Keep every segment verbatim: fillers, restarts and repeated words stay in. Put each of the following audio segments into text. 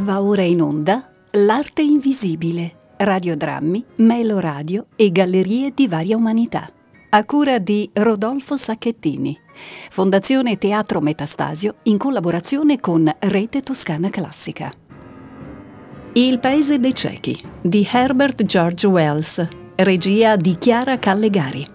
Va ora in onda L'arte invisibile, radiodrammi, meloradio e gallerie di varia umanità. A cura di Rodolfo Sacchettini. Fondazione Teatro Metastasio in collaborazione con Rete Toscana Classica. Il paese dei ciechi di Herbert George Wells, regia di Chiara Callegari.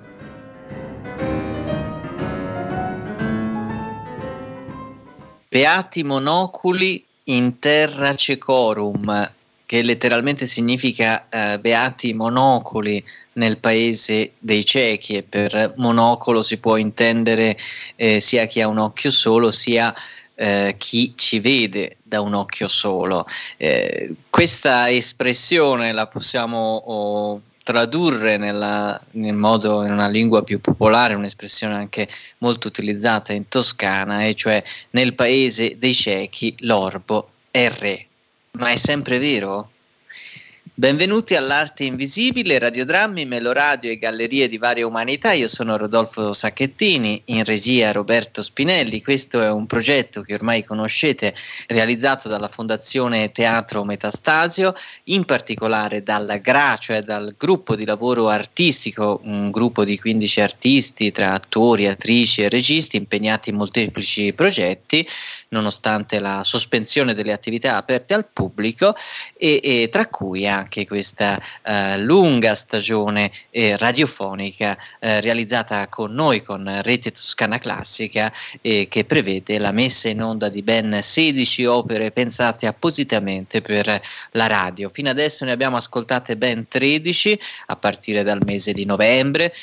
Beati monoculi in terra cecorum, che letteralmente significa eh, beati monocoli nel paese dei ciechi, e per monocolo si può intendere eh, sia chi ha un occhio solo sia eh, chi ci vede da un occhio solo. Eh, questa espressione la possiamo oh, tradurre nella, in modo, in una lingua più popolare, un'espressione anche molto utilizzata in Toscana, e cioè nel paese dei ciechi l'orbo è re. Ma è sempre vero? Benvenuti all'Arte Invisibile, radiodrammi, meloradio e gallerie di varia umanità. Io sono Rodolfo Sacchettini, in regia Roberto Spinelli. Questo è un progetto che ormai conoscete, realizzato dalla Fondazione Teatro Metastasio, in particolare dal G R A, cioè dal gruppo di lavoro artistico, un gruppo di quindici artisti tra attori, attrici e registi impegnati in molteplici progetti, nonostante la sospensione delle attività aperte al pubblico, e, e tra cui anche questa eh, lunga stagione eh, radiofonica eh, realizzata con noi, con Rete Toscana Classica, eh, che prevede la messa in onda di ben sedici opere pensate appositamente per la radio. Fino adesso ne abbiamo ascoltate ben tredici a partire dal mese di novembre,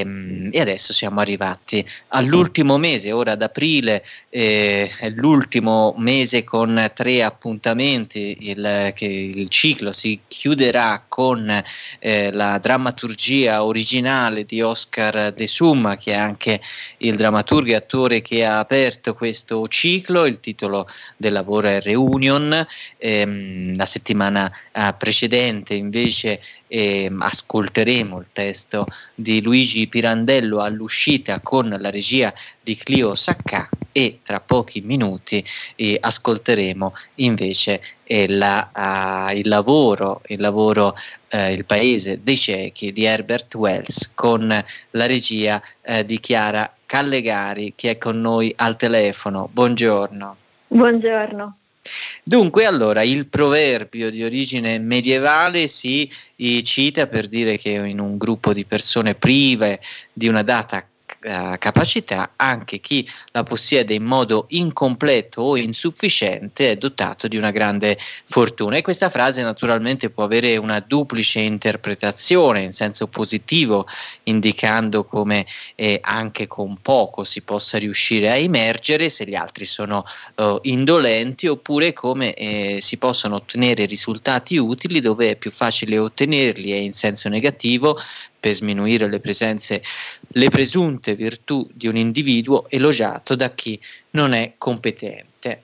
e, e adesso siamo arrivati all'ultimo mese. Ora ad aprile eh, è l'ultimo mese con tre appuntamenti. Il, che il ciclo si chiuderà con eh, la drammaturgia originale di Oscar De Summa, che è anche il drammaturgo e attore che ha aperto questo ciclo. Il titolo del lavoro è Reunion. Ehm, la settimana eh, precedente invece E ascolteremo il testo di Luigi Pirandello all'uscita con la regia di Clio Saccà, e tra pochi minuti eh, ascolteremo invece eh, la, uh, il lavoro, il lavoro eh, Il paese dei ciechi di Herbert Wells, con la regia eh, di Chiara Callegari, che è con noi al telefono. Buongiorno. Buongiorno. Dunque, allora, il proverbio di origine medievale si eh, cita per dire che in un gruppo di persone prive di una data eh, capacità, anche chi la possiede in modo incompleto o insufficiente è dotato di una grande fortuna. E questa frase naturalmente può avere una duplice interpretazione in senso positivo, indicando come eh, anche con poco si possa riuscire a emergere se gli altri sono uh, indolenti, oppure come eh, si possono ottenere risultati utili dove è più facile ottenerli, e in senso negativo per sminuire le presenze, le presunte virtù di un individuo elogiato da chi non è competente.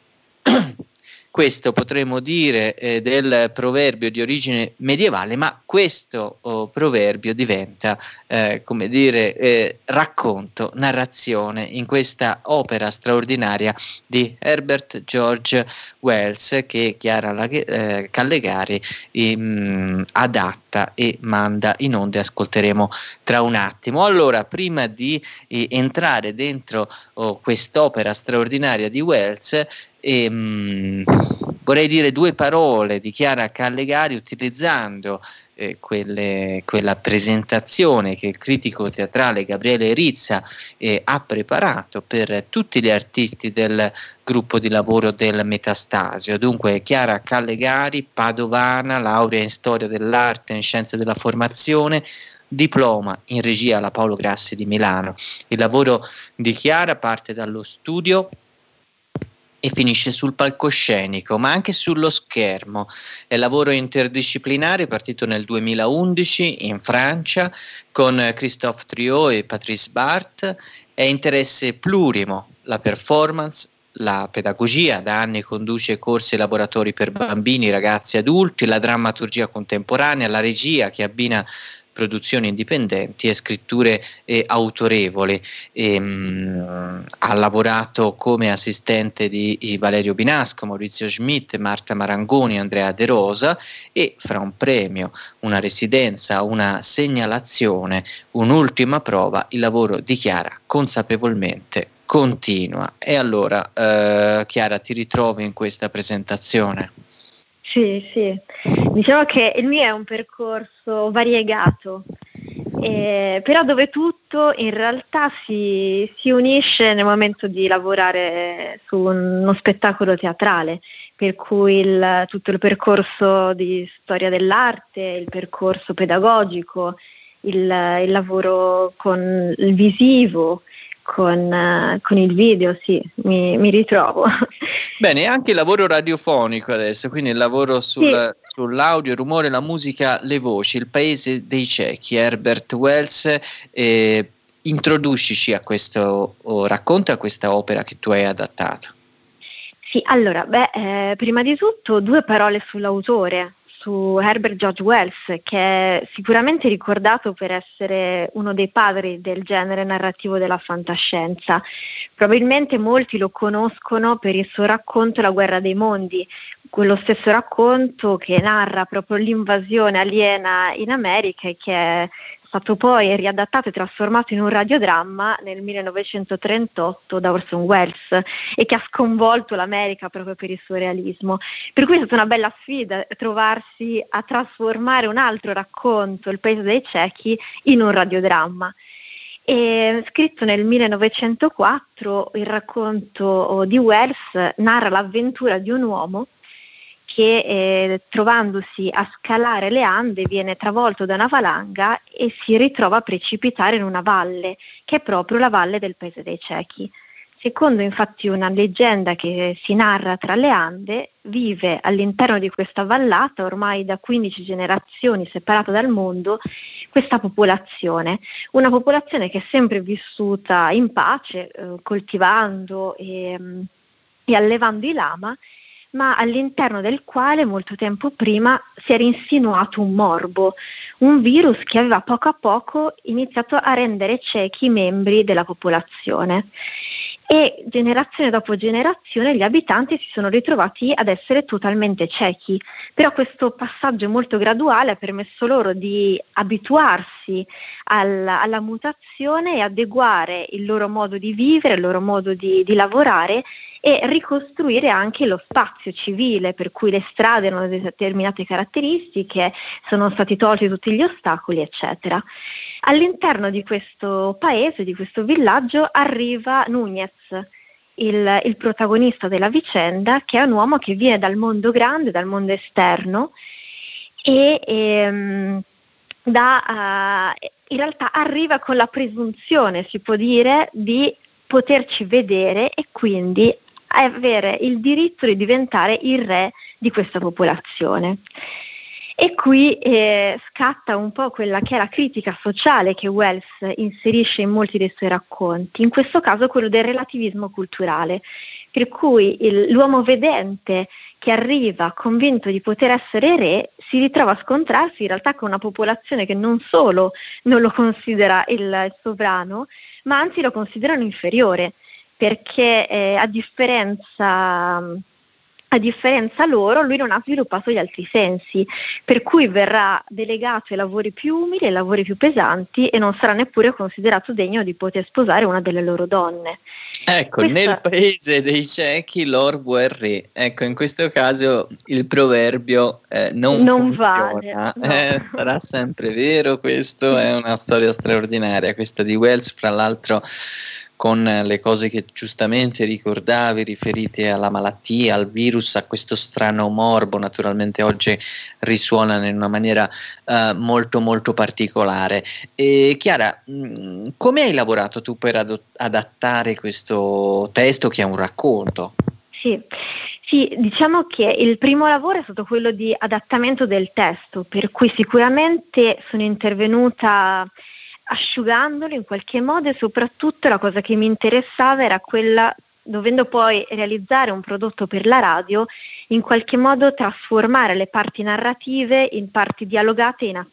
Questo potremmo dire eh, del proverbio di origine medievale, ma questo oh, proverbio diventa, eh, come dire, eh, racconto, narrazione in questa opera straordinaria di Herbert George Wells, che Chiara eh, Callegari eh, mh, adatta e manda in onda, e ascolteremo tra un attimo. Allora, prima di eh, entrare dentro oh, quest'opera straordinaria di Wells, E, mh, vorrei dire due parole di Chiara Callegari, utilizzando eh, quelle, quella presentazione che il critico teatrale Gabriele Rizza eh, ha preparato per tutti gli artisti del gruppo di lavoro del Metastasio. Dunque, Chiara Callegari, padovana, laurea in storia dell'arte e in scienze della formazione, diploma in regia alla Paolo Grassi di Milano. Il lavoro di Chiara parte dallo studio e finisce sul palcoscenico, ma anche sullo schermo. È lavoro interdisciplinare partito nel duemilaundici in Francia con Christophe Triot e Patrice Bart. È interesse plurimo la performance, la pedagogia. Da anni conduce corsi e laboratori per bambini, ragazzi e adulti, la drammaturgia contemporanea, la regia che abbina produzioni indipendenti e scritture eh, autorevoli. E, mh, ha lavorato come assistente di, di Valerio Binasco, Maurizio Schmidt, Marta Marangoni, Andrea De Rosa, e fra un premio, una residenza, una segnalazione, un'ultima prova, il lavoro di Chiara consapevolmente continua. E allora eh, Chiara, ti ritrovi in questa presentazione? Sì, sì, diciamo che il mio è un percorso variegato, eh, però dove tutto in realtà si, si unisce nel momento di lavorare su uno spettacolo teatrale, per cui il, tutto il percorso di storia dell'arte, il percorso pedagogico, il, il lavoro con il visivo, Con, uh, con il video, sì, mi, mi ritrovo. Bene, anche il lavoro radiofonico adesso, quindi il lavoro sul, sì. sull'audio, il rumore, la musica, le voci, il paese dei ciechi, Herbert Wells. Eh, introducici a questo, o racconta a questa opera che tu hai adattato. Sì, allora, beh, eh, prima di tutto due parole sull'autore, su Herbert George Wells, che è sicuramente ricordato per essere uno dei padri del genere narrativo della fantascienza. Probabilmente molti lo conoscono per il suo racconto La guerra dei mondi, quello stesso racconto che narra proprio l'invasione aliena in America e che è stato poi riadattato e trasformato in un radiodramma nel millenovecentotrentotto da Orson Welles e che ha sconvolto l'America proprio per il suo realismo. Per cui è stata una bella sfida trovarsi a trasformare un altro racconto, Il paese dei ciechi, in un radiodramma. E, scritto nel millenovecentoquattro, il racconto di Wells narra l'avventura di un uomo che eh, trovandosi a scalare le Ande viene travolto da una valanga e si ritrova a precipitare in una valle, che è proprio la valle del paese dei ciechi. Secondo infatti una leggenda che si narra tra le Ande, vive all'interno di questa vallata, ormai da quindici generazioni separata dal mondo, questa popolazione, una popolazione che è sempre vissuta in pace, eh, coltivando e, e allevando i lama, ma all'interno del quale molto tempo prima si era insinuato un morbo, un virus che aveva poco a poco iniziato a rendere ciechi i membri della popolazione. E generazione dopo generazione gli abitanti si sono ritrovati ad essere totalmente ciechi, però questo passaggio molto graduale ha permesso loro di abituarsi alla, alla mutazione e adeguare il loro modo di vivere, il loro modo di, di lavorare e ricostruire anche lo spazio civile, per cui le strade hanno determinate caratteristiche, sono stati tolti tutti gli ostacoli, eccetera. All'interno di questo paese, di questo villaggio, arriva Núñez, il, il protagonista della vicenda, che è un uomo che viene dal mondo grande, dal mondo esterno, e ehm, da, uh, in realtà arriva con la presunzione, si può dire, di poterci vedere e quindi avere il diritto di diventare il re di questa popolazione. E qui eh, scatta un po' quella che è la critica sociale che Wells inserisce in molti dei suoi racconti, in questo caso quello del relativismo culturale, per cui il, l'uomo vedente che arriva convinto di poter essere re si ritrova a scontrarsi in realtà con una popolazione che non solo non lo considera il, il sovrano, ma anzi lo considerano inferiore, perché eh, a differenza... A differenza loro, lui non ha sviluppato gli altri sensi, per cui verrà delegato ai lavori più umili, ai lavori più pesanti e non sarà neppure considerato degno di poter sposare una delle loro donne. Ecco, Questa... nel paese dei ciechi l'orbo è re. Ecco, in questo caso il proverbio eh, non, non funziona. vale. No. Eh, sarà sempre vero, questo è una storia straordinaria, questa di Wells, fra l'altro con le cose che giustamente ricordavi riferite alla malattia, al virus, a questo strano morbo, naturalmente oggi risuonano in una maniera uh, molto molto particolare. E Chiara, mh, come hai lavorato tu per ad- adattare questo testo che è un racconto? Sì. Sì, diciamo che il primo lavoro è stato quello di adattamento del testo, per cui sicuramente sono intervenuta asciugandolo in qualche modo e soprattutto la cosa che mi interessava era quella, dovendo poi realizzare un prodotto per la radio, in qualche modo trasformare le parti narrative in parti dialogate in azione.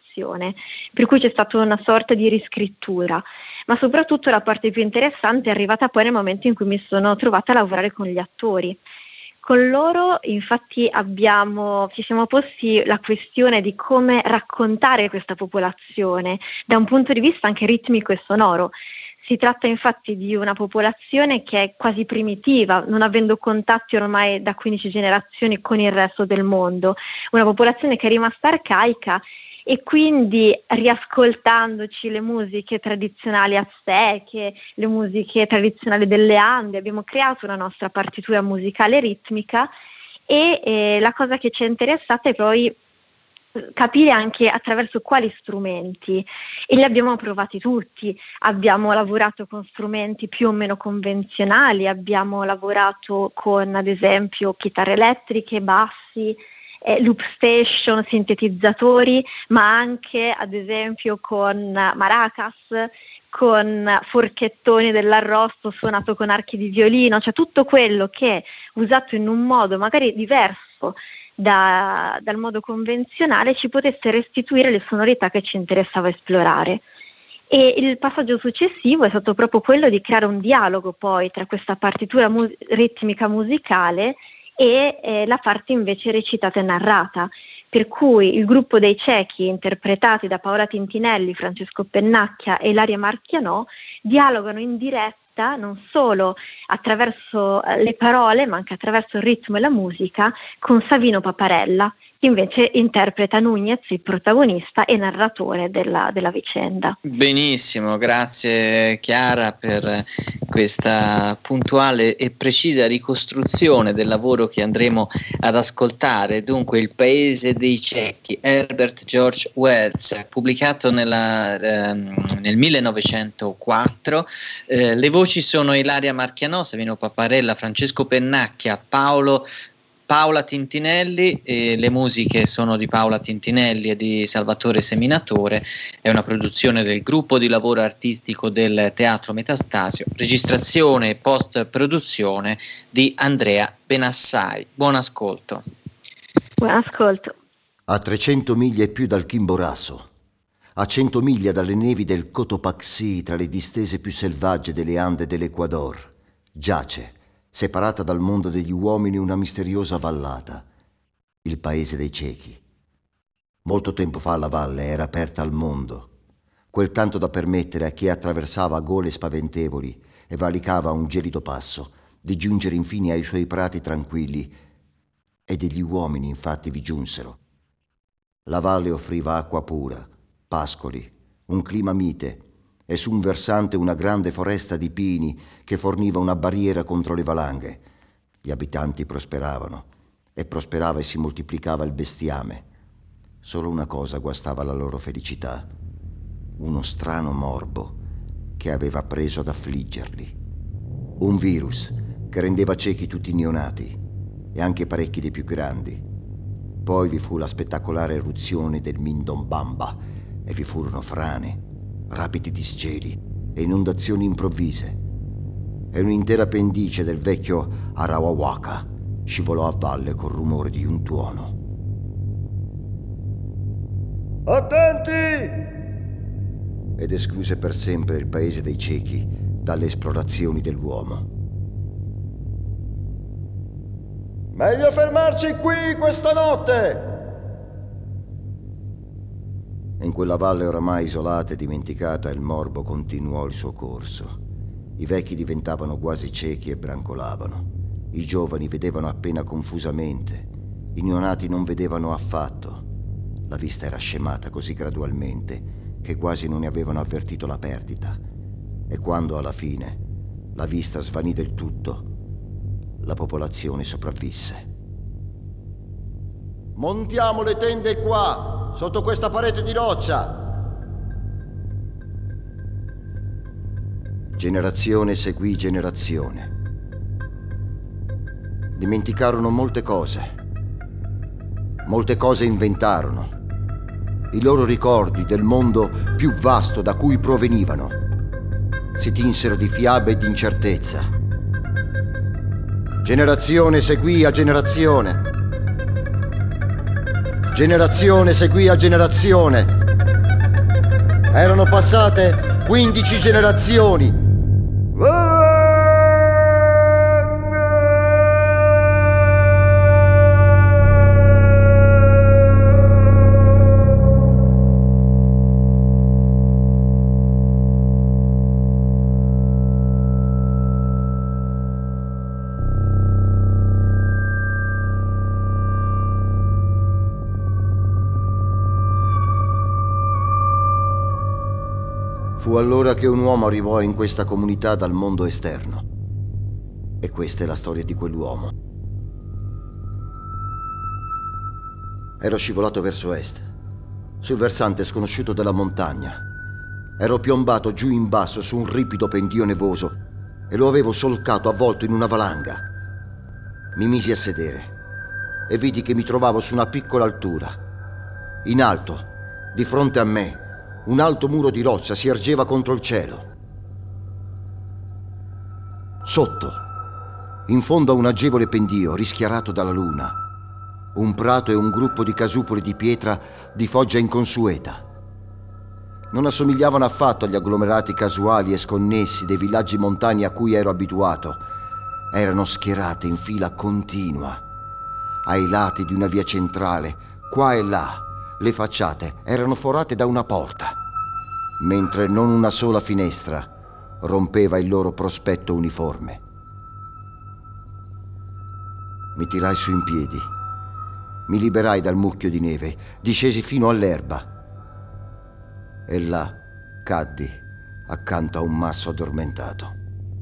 popolazione, per cui c'è stata una sorta di riscrittura, ma soprattutto la parte più interessante è arrivata poi nel momento in cui mi sono trovata a lavorare con gli attori. Con loro infatti abbiamo, ci siamo posti la questione di come raccontare questa popolazione da un punto di vista anche ritmico e sonoro. Si tratta infatti di una popolazione che è quasi primitiva, non avendo contatti ormai da quindici generazioni con il resto del mondo, una popolazione che è rimasta arcaica, e quindi riascoltandoci le musiche tradizionali azteche, le musiche tradizionali delle Ande, abbiamo creato una nostra partitura musicale ritmica e eh, la cosa che ci è interessata è poi capire anche attraverso quali strumenti, e li abbiamo provati tutti. Abbiamo lavorato con strumenti più o meno convenzionali, abbiamo lavorato con ad esempio chitarre elettriche, bassi, eh, loop station, sintetizzatori, ma anche ad esempio con maracas, con forchettoni dell'arrosto suonato con archi di violino, cioè tutto quello che usato in un modo magari diverso Da, dal modo convenzionale ci potesse restituire le sonorità che ci interessava esplorare. E il passaggio successivo è stato proprio quello di creare un dialogo poi tra questa partitura mu- ritmica musicale e eh, la parte invece recitata e narrata, per cui il gruppo dei ciechi, interpretati da Paola Tintinelli, Francesco Pennacchia e Ilaria Marchianò, dialogano in diretta non solo attraverso le parole, ma anche attraverso il ritmo e la musica, con Savino Paparella, che invece interpreta Nunez, il protagonista e narratore della, della vicenda. Benissimo, grazie Chiara per questa puntuale e precisa ricostruzione del lavoro che andremo ad ascoltare. Dunque, Il paese dei ciechi, Herbert George Wells, pubblicato nella, ehm, nel millenovecentoquattro. Eh, le voci sono Ilaria Marchianò, Savino Paparella, Francesco Pennacchia, Paolo Paola Tintinelli, e le musiche sono di Paola Tintinelli e di Salvatore Seminatore. È una produzione del gruppo di lavoro artistico del Teatro Metastasio, registrazione e post-produzione di Andrea Benassai. Buon ascolto. Buon ascolto. A trecento miglia e più dal Chimborazo, a cento miglia dalle nevi del Cotopaxi, tra le distese più selvagge delle Ande dell'Ecuador, giace, separata dal mondo degli uomini, una misteriosa vallata, il paese dei ciechi. Molto tempo fa la valle era aperta al mondo, quel tanto da permettere a chi attraversava gole spaventevoli e valicava un gelido passo di giungere infine ai suoi prati tranquilli, e degli uomini infatti vi giunsero. La valle offriva acqua pura, pascoli, un clima mite, e su un versante una grande foresta di pini che forniva una barriera contro le valanghe. Gli abitanti prosperavano, e prosperava e si moltiplicava il bestiame. Solo una cosa guastava la loro felicità: uno strano morbo che aveva preso ad affliggerli. Un virus che rendeva ciechi tutti i neonati, e anche parecchi dei più grandi. Poi vi fu la spettacolare eruzione del Mindombamba, e vi furono frane, rapidi disgeli e inondazioni improvvise, e un'intera pendice del vecchio Arawawaka scivolò a valle col rumore di un tuono. Attenti! Ed escluse per sempre il paese dei ciechi dalle esplorazioni dell'uomo. Meglio fermarci qui questa notte! In quella valle oramai isolata e dimenticata il morbo continuò il suo corso. I vecchi diventavano quasi ciechi e brancolavano. I giovani vedevano appena confusamente. I neonati non vedevano affatto. La vista era scemata così gradualmente che quasi non ne avevano avvertito la perdita. E quando alla fine la vista svanì del tutto, la popolazione sopravvisse. Montiamo le tende qua, sotto questa parete di roccia. Generazione seguì generazione. Dimenticarono molte cose. Molte cose inventarono. I loro ricordi del mondo più vasto da cui provenivano si tinsero di fiabe e di incertezza. Generazione seguì a generazione. Generazione seguì a generazione. Erano passate quindici generazioni. Fu allora che un uomo arrivò in questa comunità dal mondo esterno. E questa è la storia di quell'uomo. Ero scivolato verso est, sul versante sconosciuto della montagna. Ero piombato giù in basso su un ripido pendio nevoso e lo avevo solcato avvolto in una valanga. Mi misi a sedere e vidi che mi trovavo su una piccola altura. In alto, di fronte a me, un alto muro di roccia si ergeva contro il cielo. Sotto, in fondo a un agevole pendio rischiarato dalla luna, un prato e un gruppo di casupoli di pietra di foggia inconsueta. Non assomigliavano affatto agli agglomerati casuali e sconnessi dei villaggi montani a cui ero abituato. Erano schierate in fila continua, ai lati di una via centrale, qua e là. Le facciate erano forate da una porta, mentre non una sola finestra rompeva il loro prospetto uniforme. Mi tirai su in piedi, mi liberai dal mucchio di neve, discesi fino all'erba e là caddi accanto a un masso addormentato.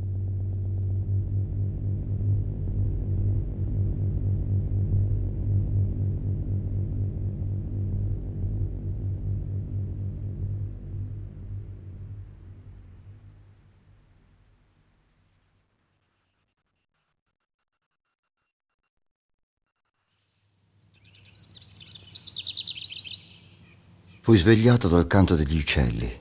Fui svegliato dal canto degli uccelli.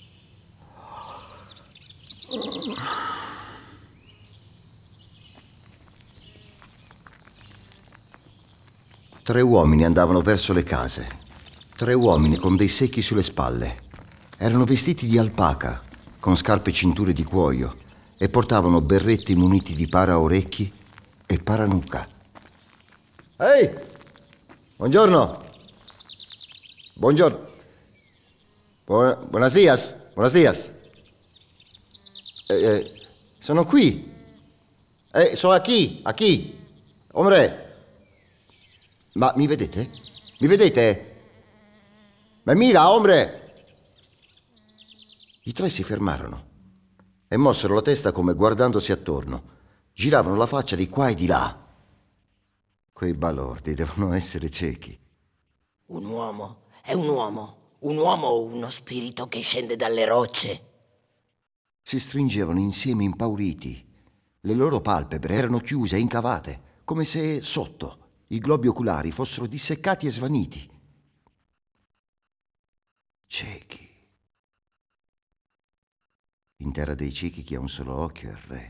Tre uomini andavano verso le case. Tre uomini con dei secchi sulle spalle. Erano vestiti di alpaca, con scarpe e cinture di cuoio, e portavano berretti muniti di paraorecchi e paranuca. Ehi! Buongiorno! Buongiorno! Buona, buenos días, buenos días. Eh, eh, sono qui. Eh, sono qui, qui. Hombre. Ma mi vedete? Mi vedete? Ma mira, hombre. I tre si fermarono e mossero la testa come guardandosi attorno. Giravano la faccia di qua e di là. Quei balordi devono essere ciechi. Un uomo è un uomo. Un uomo o uno spirito che scende dalle rocce? Si stringevano insieme impauriti. Le loro palpebre erano chiuse e incavate, come se sotto i globi oculari fossero disseccati e svaniti. Ciechi. In terra dei ciechi chi ha un solo occhio è il re.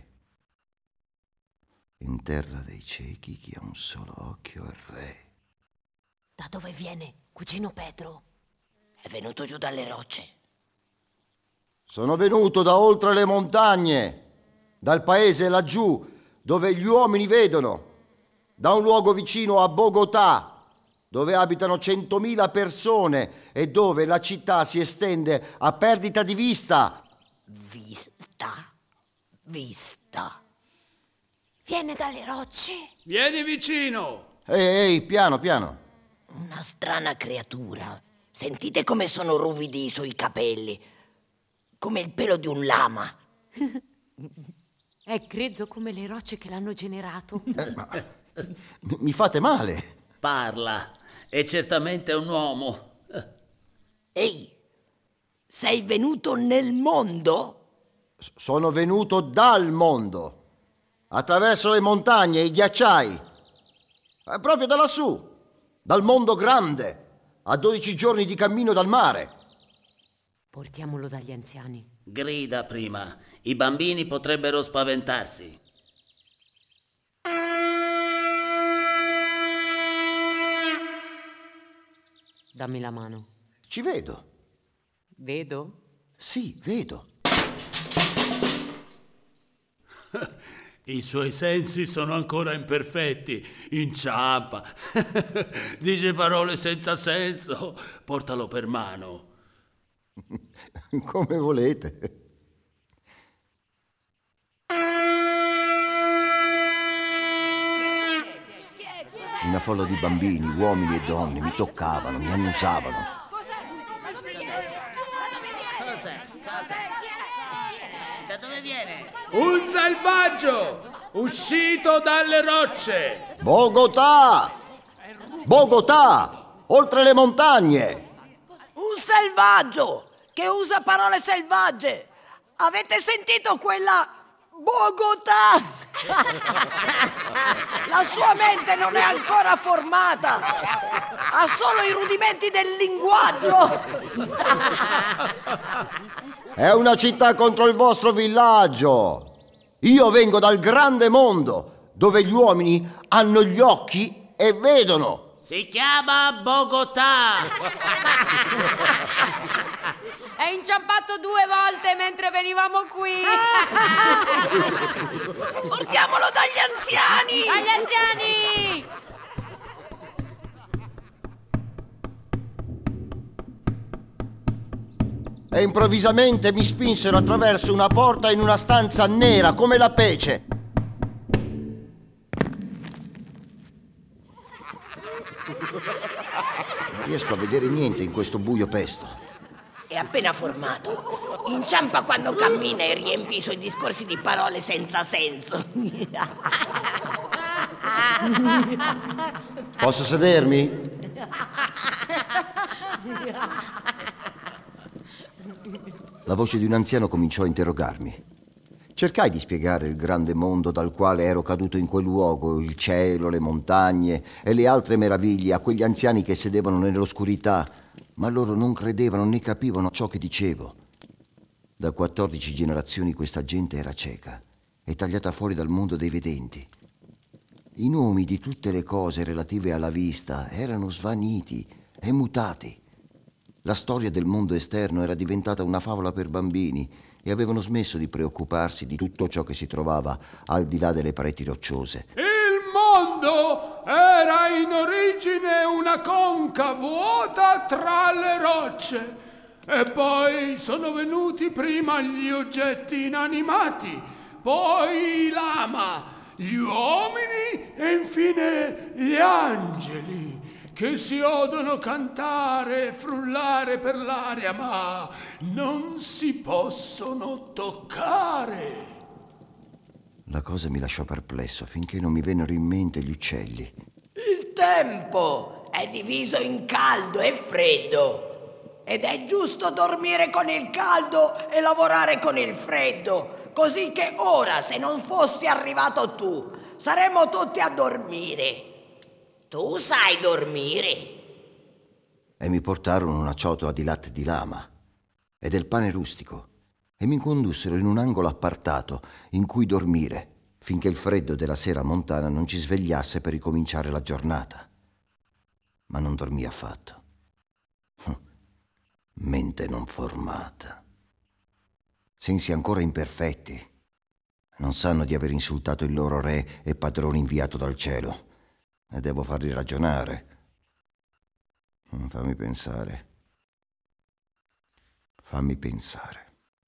In terra dei ciechi chi ha un solo occhio è il re. Da dove viene, cugino Pedro? È venuto giù dalle rocce. Sono venuto da oltre le montagne, dal paese laggiù, dove gli uomini vedono, da un luogo vicino a Bogotà, dove abitano centomila persone e dove la città si estende a perdita di vista. Vista, vista. Viene dalle rocce. Vieni vicino. Ehi, ehi, piano, piano. Una strana creatura. Sentite come sono ruvidi i suoi capelli, come il pelo di un lama. È grezzo come le rocce che l'hanno generato. Eh, ma, mi fate male. Parla, è certamente un uomo. Ehi, sei venuto nel mondo? S- sono venuto dal mondo, attraverso le montagne e i ghiacciai, eh, proprio da lassù, dal mondo grande. A dodici giorni di cammino dal mare. Portiamolo dagli anziani. Grida prima, i bambini potrebbero spaventarsi. Dammi la mano. Ci vedo. Vedo? Sì, vedo. I suoi sensi sono ancora imperfetti, inciampa, dice parole senza senso, portalo per mano. Come volete. Una folla di bambini, uomini e donne mi toccavano, mi annusavano. Cos'è? Cos'è? Da dove viene? Un selvaggio uscito dalle rocce. Bogotà! Bogotà! Oltre le montagne! Un selvaggio che usa parole selvagge. Avete sentito quella Bogotà? La sua mente non è ancora formata. Ha solo i rudimenti del linguaggio. È una città contro il vostro villaggio. Io vengo dal grande mondo, dove gli uomini hanno gli occhi e vedono. Si chiama Bogotà. È inciampato due volte mentre venivamo qui. Portiamolo dagli anziani. Agli anziani! E improvvisamente mi spinsero attraverso una porta in una stanza nera come la pece. Non riesco a vedere niente in questo buio pesto. È appena formato. Inciampa quando cammina e riempie i suoi discorsi di parole senza senso. Posso sedermi? La voce di un anziano cominciò a interrogarmi. Cercai di spiegare il grande mondo dal quale ero caduto in quel luogo, il cielo, le montagne e le altre meraviglie a quegli anziani che sedevano nell'oscurità, ma loro non credevano né capivano ciò che dicevo. Da quattordici generazioni questa gente era cieca e tagliata fuori dal mondo dei vedenti. I nomi di tutte le cose relative alla vista erano svaniti e mutati. La storia del mondo esterno era diventata una favola per bambini e avevano smesso di preoccuparsi di tutto ciò che si trovava al di là delle pareti rocciose. Il mondo era in origine una conca vuota tra le rocce e poi sono venuti prima gli oggetti inanimati, poi i lama, gli uomini e infine gli angeli che si odono cantare e frullare per l'aria ma non si possono toccare. La cosa mi lasciò perplesso finché non mi vennero in mente gli uccelli. Il tempo è diviso in caldo e freddo ed è giusto dormire con il caldo e lavorare con il freddo, così che ora, se non fossi arrivato tu, saremmo tutti a dormire. Tu sai dormire? E mi portarono una ciotola di latte di lama e del pane rustico e mi condussero in un angolo appartato in cui dormire finché il freddo della sera montana non ci svegliasse per ricominciare la giornata. Ma non dormì affatto. Mente non formata. Sensi ancora imperfetti. Non sanno di aver insultato il loro re e padrone inviato dal cielo. E devo farli ragionare. Fammi pensare. Fammi pensare.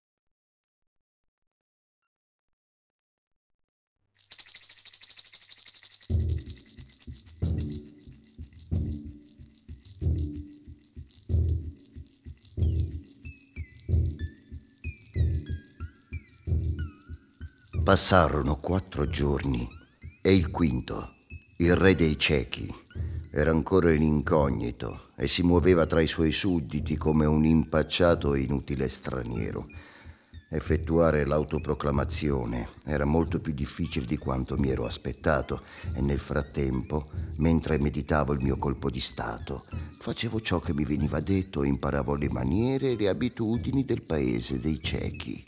Passarono quattro giorni e il quinto, il re dei ciechi, era ancora in incognito e si muoveva tra i suoi sudditi come un impacciato e inutile straniero. Effettuare l'autoproclamazione era molto più difficile di quanto mi ero aspettato e nel frattempo, mentre meditavo il mio colpo di stato, facevo ciò che mi veniva detto e imparavo le maniere e le abitudini del paese dei ciechi.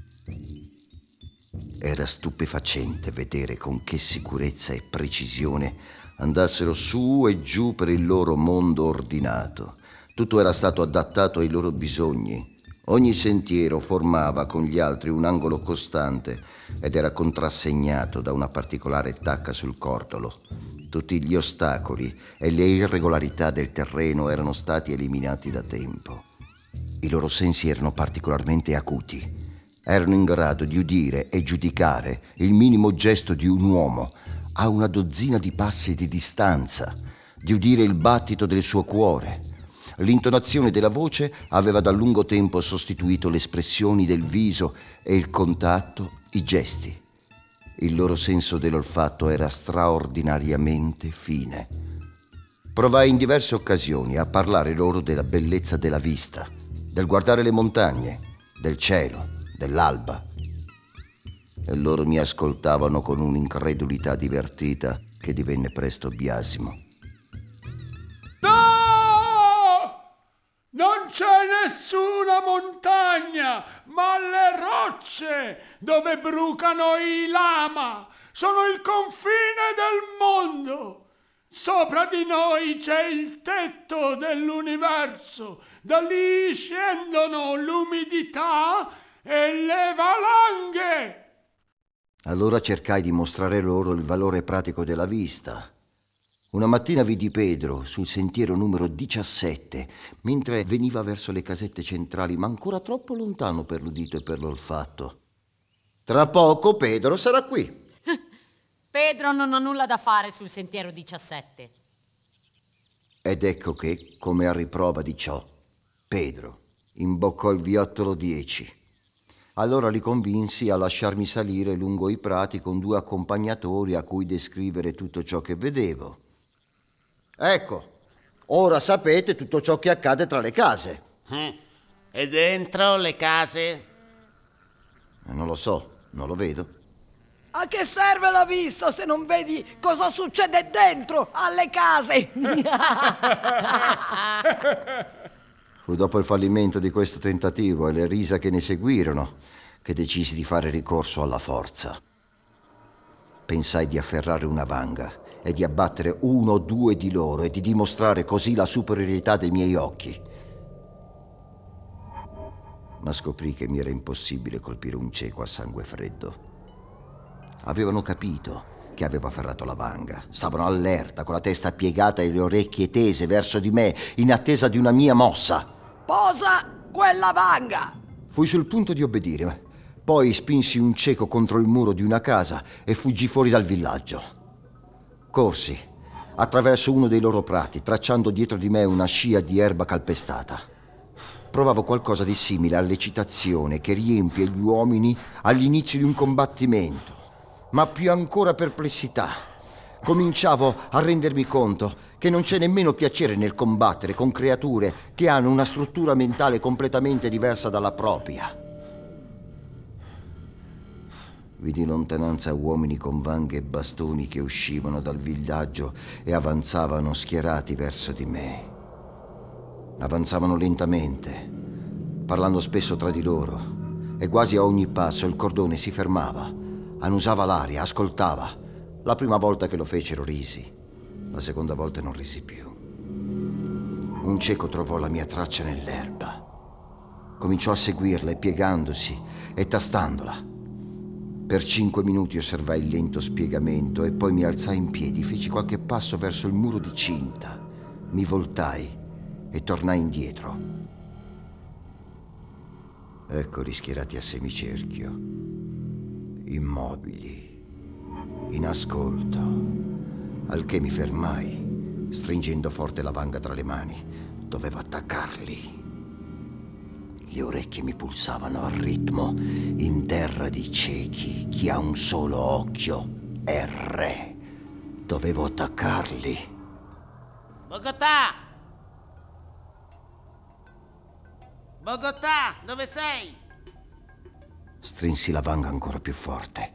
Era stupefacente vedere con che sicurezza e precisione andassero su e giù per il loro mondo ordinato. Tutto era stato adattato ai loro bisogni Ogni sentiero formava con gli altri un angolo costante ed era contrassegnato da una particolare tacca sul cordolo. Tutti gli ostacoli e le irregolarità del terreno erano stati eliminati da tempo. I loro sensi erano particolarmente acuti. Erano in grado di udire e giudicare il minimo gesto di un uomo a una dozzina di passi di distanza, di udire il battito del suo cuore. L'intonazione della voce aveva da lungo tempo sostituito le espressioni del viso e il contatto, i gesti. Il loro senso dell'olfatto era straordinariamente fine. Provai in diverse occasioni a parlare loro della bellezza della vista, del guardare le montagne, del cielo, dell'alba. E loro mi ascoltavano con un'incredulità divertita che divenne presto biasimo. Non c'è nessuna montagna, ma le rocce dove brucano i lama sono il confine del mondo. Sopra di noi c'è il tetto dell'universo, da lì scendono l'umidità e le valanghe. Allora cercai di mostrare loro il valore pratico della vista. Una mattina vidi Pedro sul sentiero numero diciassette, mentre veniva verso le casette centrali, ma ancora troppo lontano per l'udito e per l'olfatto. Tra poco Pedro sarà qui. Pedro non ha nulla da fare sul sentiero diciassette. Ed ecco che, come a riprova di ciò, Pedro imboccò il viottolo dieci. Allora li convinsi a lasciarmi salire lungo i prati con due accompagnatori a cui descrivere tutto ciò che vedevo. Ecco, ora sapete tutto ciò che accade tra le case. Eh, e dentro le case? Eh, non lo so, non lo vedo. A che serve la vista se non vedi cosa succede dentro alle case? Fu dopo il fallimento di questo tentativo e le risa che ne seguirono che decisi di fare ricorso alla forza. Pensai di afferrare una vanga e di abbattere uno o due di loro e di dimostrare così la superiorità dei miei occhi. Ma scoprì che mi era impossibile colpire un cieco a sangue freddo. Avevano capito che avevo afferrato la vanga. Stavano allerta, con la testa piegata e le orecchie tese verso di me, in attesa di una mia mossa. Posa quella vanga! Fui sul punto di obbedire. Poi spinsi un cieco contro il muro di una casa e fuggì fuori dal villaggio. Corsi attraverso uno dei loro prati, tracciando dietro di me una scia di erba calpestata. Provavo qualcosa di simile all'eccitazione che riempie gli uomini all'inizio di un combattimento, ma più ancora perplessità. Cominciavo a rendermi conto che non c'è nemmeno piacere nel combattere con creature che hanno una struttura mentale completamente diversa dalla propria. Vidi in lontananza uomini con vanghe e bastoni che uscivano dal villaggio e avanzavano schierati verso di me. Avanzavano lentamente, parlando spesso tra di loro, e quasi a ogni passo il cordone si fermava, annusava l'aria, ascoltava. La prima volta che lo fecero risi, la seconda volta non risi più. Un cieco trovò la mia traccia nell'erba. Cominciò a seguirla, piegandosi e tastandola. Per cinque minuti osservai il lento spiegamento e poi mi alzai in piedi, feci qualche passo verso il muro di cinta, mi voltai e tornai indietro. Eccoli schierati a semicerchio, immobili, in ascolto, al che mi fermai, stringendo forte la vanga tra le mani. Dovevo attaccarli. Le orecchie mi pulsavano al ritmo. In terra di ciechi, chi ha un solo occhio è re. Dovevo attaccarli. Bogotà! Bogotà, dove sei? Strinsi la vanga ancora più forte.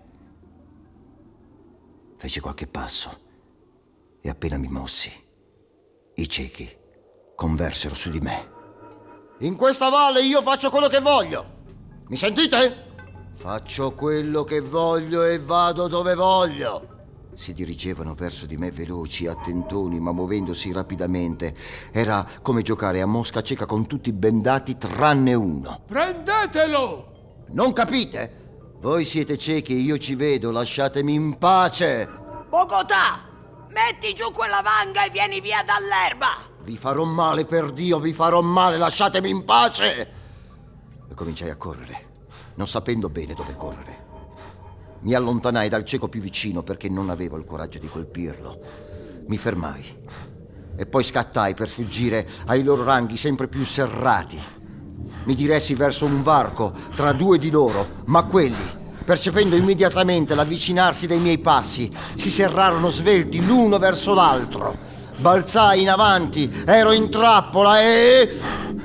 Feci qualche passo e appena mi mossi, i ciechi conversero su di me. In questa valle io faccio quello che voglio. Mi sentite? Faccio quello che voglio e vado dove voglio. Si dirigevano verso di me veloci, attentoni, ma muovendosi rapidamente. Era come giocare a mosca cieca con tutti bendati tranne uno. Prendetelo! Non capite? Voi siete ciechi e io ci vedo, lasciatemi in pace! Bogotà, metti giù quella vanga e vieni via dall'erba! Vi farò male, per Dio, vi farò male, lasciatemi in pace! E cominciai a correre, non sapendo bene dove correre. Mi allontanai dal cieco più vicino perché non avevo il coraggio di colpirlo. Mi fermai e poi scattai per sfuggire ai loro ranghi sempre più serrati. Mi diressi verso un varco tra due di loro, ma quelli, percependo immediatamente l'avvicinarsi dei miei passi, si serrarono svelti l'uno verso l'altro. Balzai in avanti, ero in trappola e...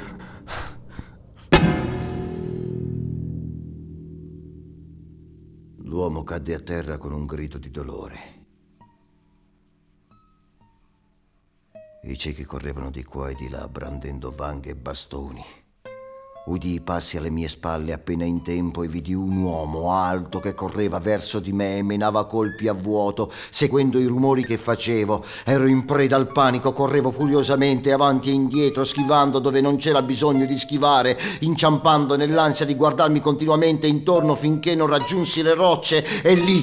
L'uomo cadde a terra con un grido di dolore. I ciechi correvano di qua e di là, brandendo vanghe e bastoni. Udii i passi alle mie spalle appena in tempo e vidi un uomo alto che correva verso di me e menava colpi a vuoto, seguendo i rumori che facevo. Ero in preda al panico, correvo furiosamente avanti e indietro, schivando dove non c'era bisogno di schivare, inciampando nell'ansia di guardarmi continuamente intorno finché non raggiunsi le rocce e lì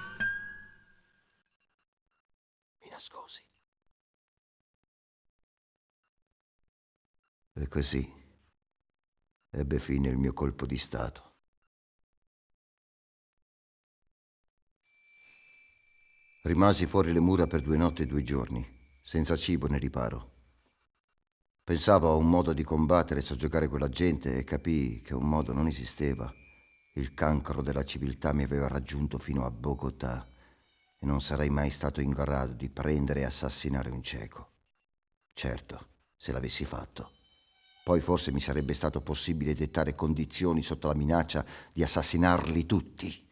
mi nascosi. E così ebbe fine il mio colpo di stato. Rimasi fuori le mura per due notti e due giorni, senza cibo né riparo. Pensavo a un modo di combattere e soggiogare quella gente e capii che un modo non esisteva. Il cancro della civiltà mi aveva raggiunto fino a Bogotà e non sarei mai stato in grado di prendere e assassinare un cieco. Certo, se l'avessi fatto. Poi forse mi sarebbe stato possibile dettare condizioni sotto la minaccia di assassinarli tutti.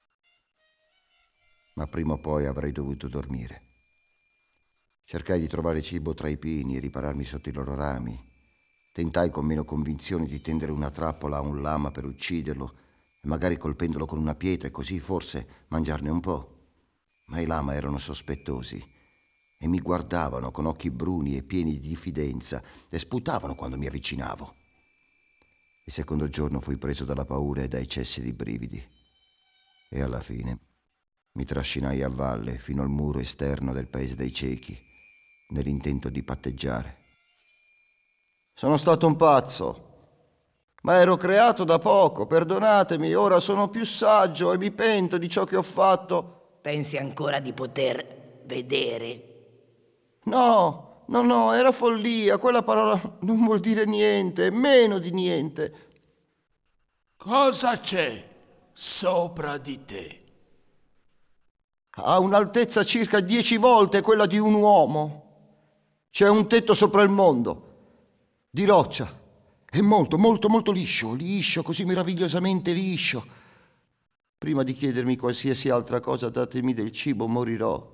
Ma prima o poi avrei dovuto dormire. Cercai di trovare cibo tra i pini e ripararmi sotto i loro rami. Tentai con meno convinzione di tendere una trappola a un lama per ucciderlo, e magari colpendolo con una pietra e così forse mangiarne un po'. Ma i lama erano sospettosi e mi guardavano con occhi bruni e pieni di diffidenza e sputavano quando mi avvicinavo. Il secondo giorno fui preso dalla paura e dai cessi di brividi e alla fine mi trascinai a valle fino al muro esterno del paese dei ciechi nell'intento di patteggiare. Sono stato un pazzo, ma ero creato da poco, perdonatemi, ora sono più saggio e mi pento di ciò che ho fatto. Pensi ancora di poter vedere? No, no, no, era follia, quella parola non vuol dire niente, meno di niente. Cosa c'è sopra di te? Ha un'altezza circa dieci volte quella di un uomo. C'è un tetto sopra il mondo, di roccia. È molto, molto, molto liscio, liscio, così meravigliosamente liscio. Prima di chiedermi qualsiasi altra cosa, datemi del cibo, morirò.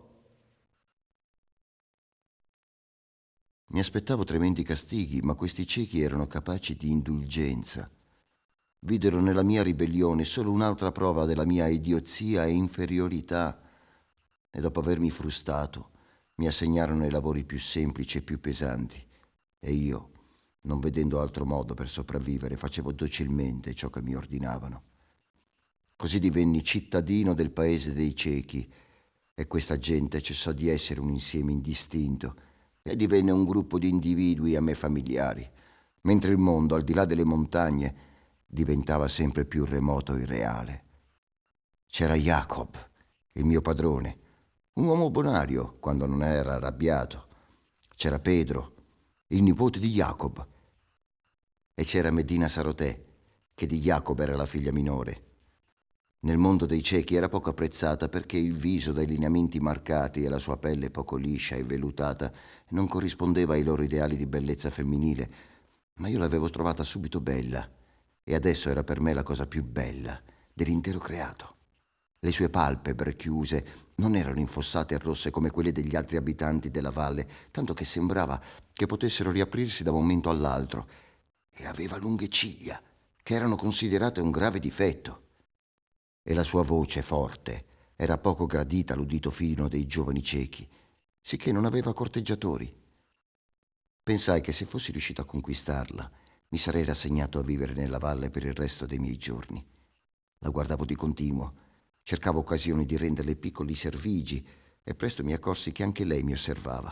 Mi aspettavo tremendi castighi, ma questi ciechi erano capaci di indulgenza. Videro nella mia ribellione solo un'altra prova della mia idiozia e inferiorità. E dopo avermi frustato, mi assegnarono i lavori più semplici e più pesanti. E io, non vedendo altro modo per sopravvivere, facevo docilmente ciò che mi ordinavano. Così divenni cittadino del paese dei ciechi, e questa gente cessò di essere un insieme indistinto e divenne un gruppo di individui a me familiari, mentre il mondo, al di là delle montagne, diventava sempre più remoto e irreale. C'era Jacob, il mio padrone, un uomo bonario quando non era arrabbiato. C'era Pedro, il nipote di Jacob, e c'era Medina Saroté, che di Jacob era la figlia minore. Nel mondo dei ciechi era poco apprezzata perché il viso dai lineamenti marcati e la sua pelle poco liscia e vellutata non corrispondeva ai loro ideali di bellezza femminile, ma io l'avevo trovata subito bella e adesso era per me la cosa più bella dell'intero creato. Le sue palpebre chiuse non erano infossate e rosse come quelle degli altri abitanti della valle, tanto che sembrava che potessero riaprirsi da un momento all'altro, e aveva lunghe ciglia, che erano considerate un grave difetto. E la sua voce forte, Era poco gradita all'udito fino dei giovani ciechi, sicché non aveva corteggiatori. Pensai che se fossi riuscito a conquistarla, mi sarei rassegnato a vivere nella valle per il resto dei miei giorni. La guardavo di continuo, cercavo occasioni di renderle piccoli servigi e presto mi accorsi che anche lei mi osservava.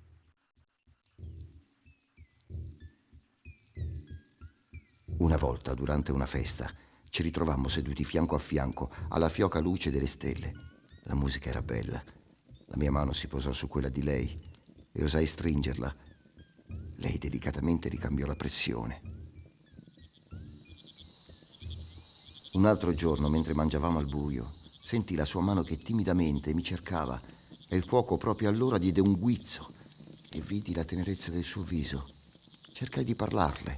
Una volta, durante una festa, ci ritrovammo seduti fianco a fianco alla fioca luce delle stelle. La musica era bella. La mia mano si posò su quella di lei e osai stringerla. Lei delicatamente ricambiò la pressione. Un altro giorno, mentre mangiavamo al buio, sentii la sua mano che timidamente mi cercava e il fuoco proprio allora diede un guizzo e vidi la tenerezza del suo viso. Cercai di parlarle.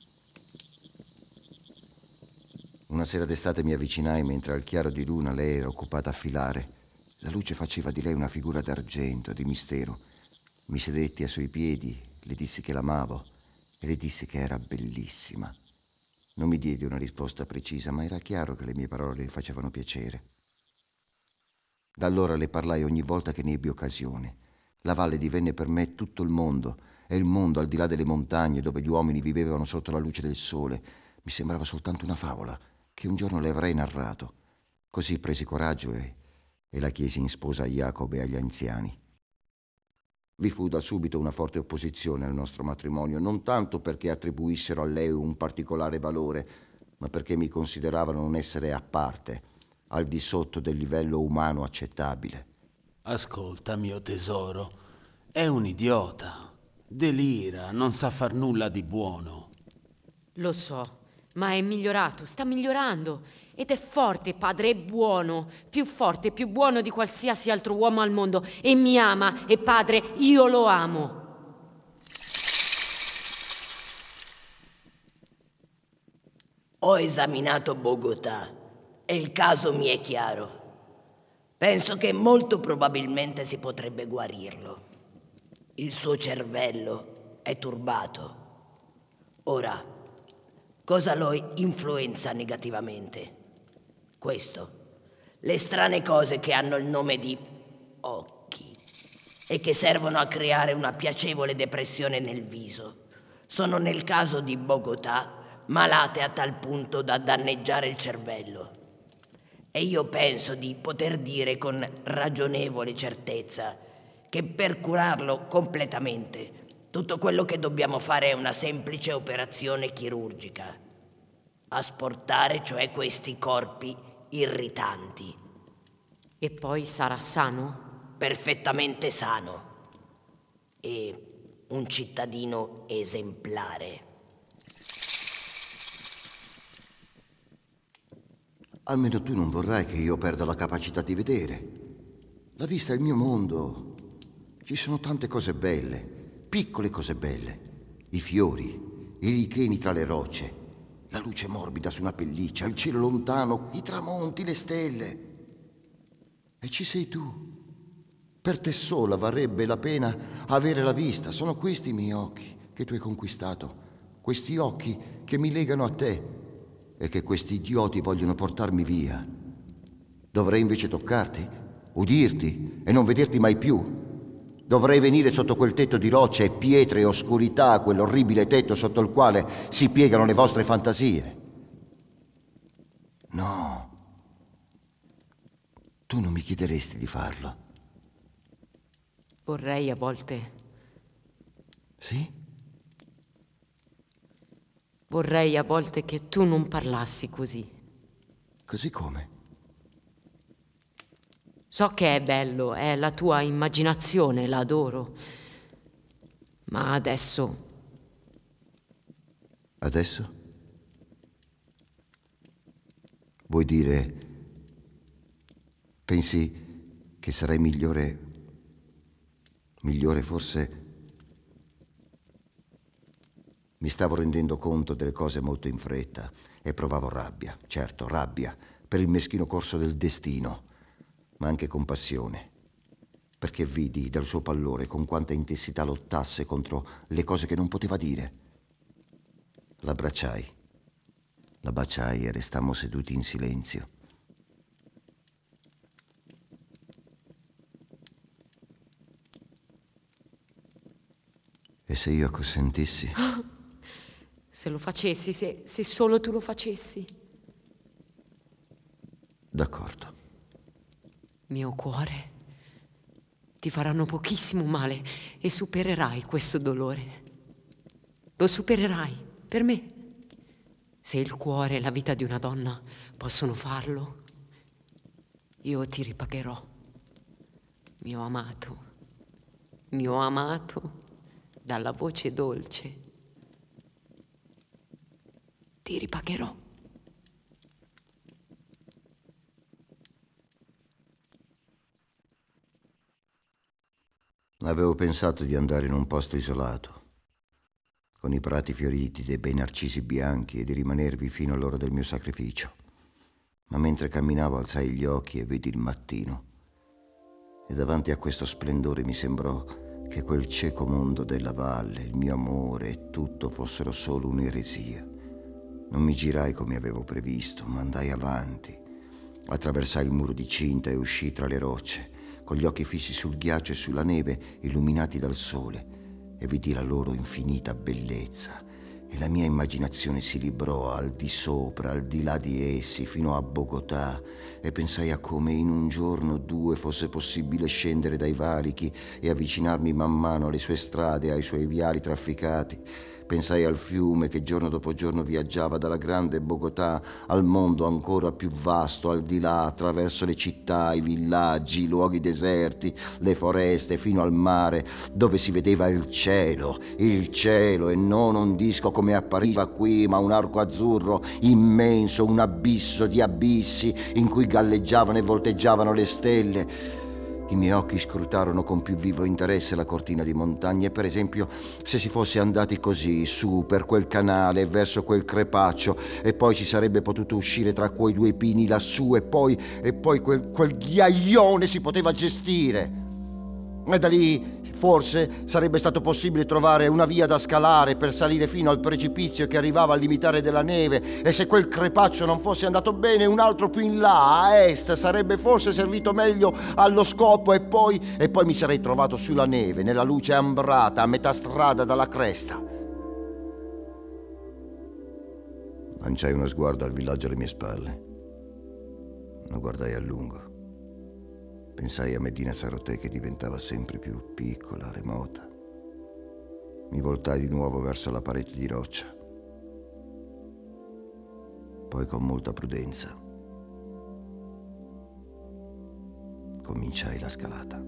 Una sera d'estate mi avvicinai mentre al chiaro di luna lei era occupata a filare. La luce faceva di lei una figura d'argento, di mistero. Mi sedetti ai suoi piedi, le dissi che l'amavo e le dissi che era bellissima. Non mi diede una risposta precisa, ma era chiaro che le mie parole le facevano piacere. Da allora le parlai ogni volta che ne ebbi occasione. La valle divenne per me tutto il mondo, e il mondo al di là delle montagne dove gli uomini vivevano sotto la luce del sole mi sembrava soltanto una favola che un giorno le avrei narrato. Così presi coraggio e, e la chiesi in sposa a Jacob e agli anziani. Vi fu da subito una forte opposizione al nostro matrimonio, non tanto perché attribuissero a lei un particolare valore, ma perché mi consideravano un essere a parte, al di sotto del livello umano accettabile. Ascolta, mio tesoro, è un idiota. Delira, non sa far nulla di buono. Lo so, ma è migliorato, sta migliorando. Ed è forte, padre, è buono, più forte, più buono di qualsiasi altro uomo al mondo. E mi ama, e padre, io lo amo. Ho esaminato Bogotà e il caso mi è chiaro. Penso che molto probabilmente si potrebbe guarirlo. Il suo cervello è turbato. Ora, cosa lo influenza negativamente? Questo, le strane cose che hanno il nome di occhi e che servono a creare una piacevole depressione nel viso, sono nel caso di Bogotà malate a tal punto da danneggiare il cervello. E io penso di poter dire con ragionevole certezza che per curarlo completamente tutto quello che dobbiamo fare è una semplice operazione chirurgica. Asportare cioè questi corpi irritanti. E poi sarà sano? Perfettamente sano. E un cittadino esemplare. Almeno tu non vorrai che io perda la capacità di vedere. La vista è il mio mondo. Ci sono tante cose belle, piccole cose belle. I fiori, i licheni tra le rocce, la luce morbida su una pelliccia, il cielo lontano, i tramonti, le stelle. E ci sei tu. Per te sola varrebbe la pena avere la vista. Sono questi i miei occhi che tu hai conquistato. Questi occhi che mi legano a te e che questi idioti vogliono portarmi via. Dovrei invece toccarti, udirti e non vederti mai più. Dovrei venire sotto quel tetto di rocce e pietre e oscurità, quell'orribile tetto sotto il quale si piegano le vostre fantasie. No, tu non mi chiederesti di farlo. Vorrei a volte... Sì? Vorrei a volte che tu non parlassi così. Così come? So che è bello, è la tua immaginazione, la adoro. Ma adesso... Adesso? Vuoi dire... Pensi che sarei migliore... Migliore forse... Mi stavo rendendo conto delle cose molto in fretta e provavo rabbia, certo, rabbia, per il meschino corso del destino, ma anche compassione, perché vidi dal suo pallore con quanta intensità lottasse contro le cose che non poteva dire. L'abbracciai, la baciai e restammo seduti in silenzio. E se io acconsentissi? Se lo facessi, se, se solo tu lo facessi. D'accordo. Mio cuore, ti faranno pochissimo male e supererai questo dolore. Lo supererai, per me. Se il cuore e la vita di una donna possono farlo, io ti ripagherò. Mio amato, mio amato, dalla voce dolce, ti ripagherò. Avevo pensato di andare in un posto isolato, con i prati fioriti dei bei narcisi bianchi, e di rimanervi fino all'ora del mio sacrificio. Ma mentre camminavo alzai gli occhi e vidi il mattino, e davanti a questo splendore mi sembrò che quel cieco mondo della valle, il mio amore e tutto fossero solo un'eresia. Non mi girai come avevo previsto, ma andai avanti. Attraversai il muro di cinta e uscii tra le rocce, con gli occhi fissi sul ghiaccio e sulla neve, illuminati dal sole, e vidi la loro infinita bellezza, e la mia immaginazione si librò al di sopra, al di là di essi, fino a Bogotà, e pensai a come in un giorno o due fosse possibile scendere dai valichi e avvicinarmi man mano alle sue strade, ai suoi viali trafficati. Pensai al fiume che giorno dopo giorno viaggiava dalla grande Bogotà al mondo ancora più vasto, al di là, attraverso le città, i villaggi, i luoghi deserti, le foreste, fino al mare, dove si vedeva il cielo, il cielo, e non un disco come appariva qui, ma un arco azzurro immenso, un abisso di abissi in cui galleggiavano e volteggiavano le stelle. I miei occhi scrutarono con più vivo interesse la cortina di montagne. Per esempio, se si fosse andati così, su, per quel canale, verso quel crepaccio, e poi si sarebbe potuto uscire tra quei due pini lassù, e poi, e poi quel, quel ghiaione si poteva gestire. E da lì forse sarebbe stato possibile trovare una via da scalare per salire fino al precipizio che arrivava al limitare della neve, e se quel crepaccio non fosse andato bene, un altro più in là, a est, sarebbe forse servito meglio allo scopo, e poi, e poi mi sarei trovato sulla neve, nella luce ambrata, a metà strada dalla cresta. Lanciai uno sguardo al villaggio alle mie spalle. Lo guardai a lungo. Pensai a Medina Saroté, che diventava sempre più piccola, remota. Mi voltai di nuovo verso la parete di roccia. Poi, con molta prudenza, cominciai la scalata.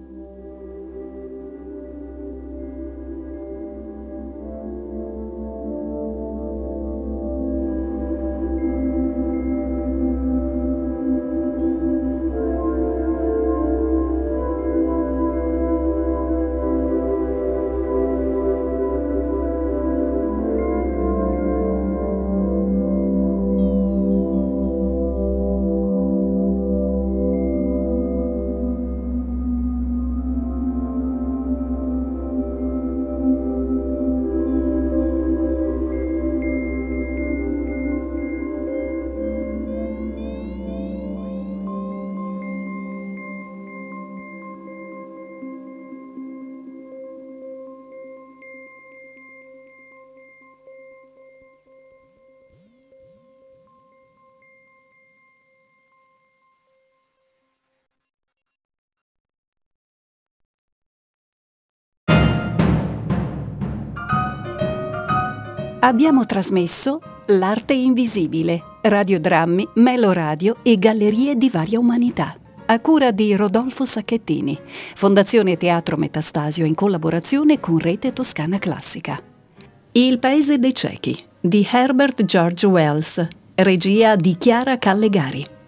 Abbiamo trasmesso L'arte invisibile, radiodrammi, Meloradio e gallerie di varia umanità, a cura di Rodolfo Sacchettini, Fondazione Teatro Metastasio in collaborazione con Rete Toscana Classica. Il paese dei ciechi di Herbert George Wells, regia di Chiara Callegari.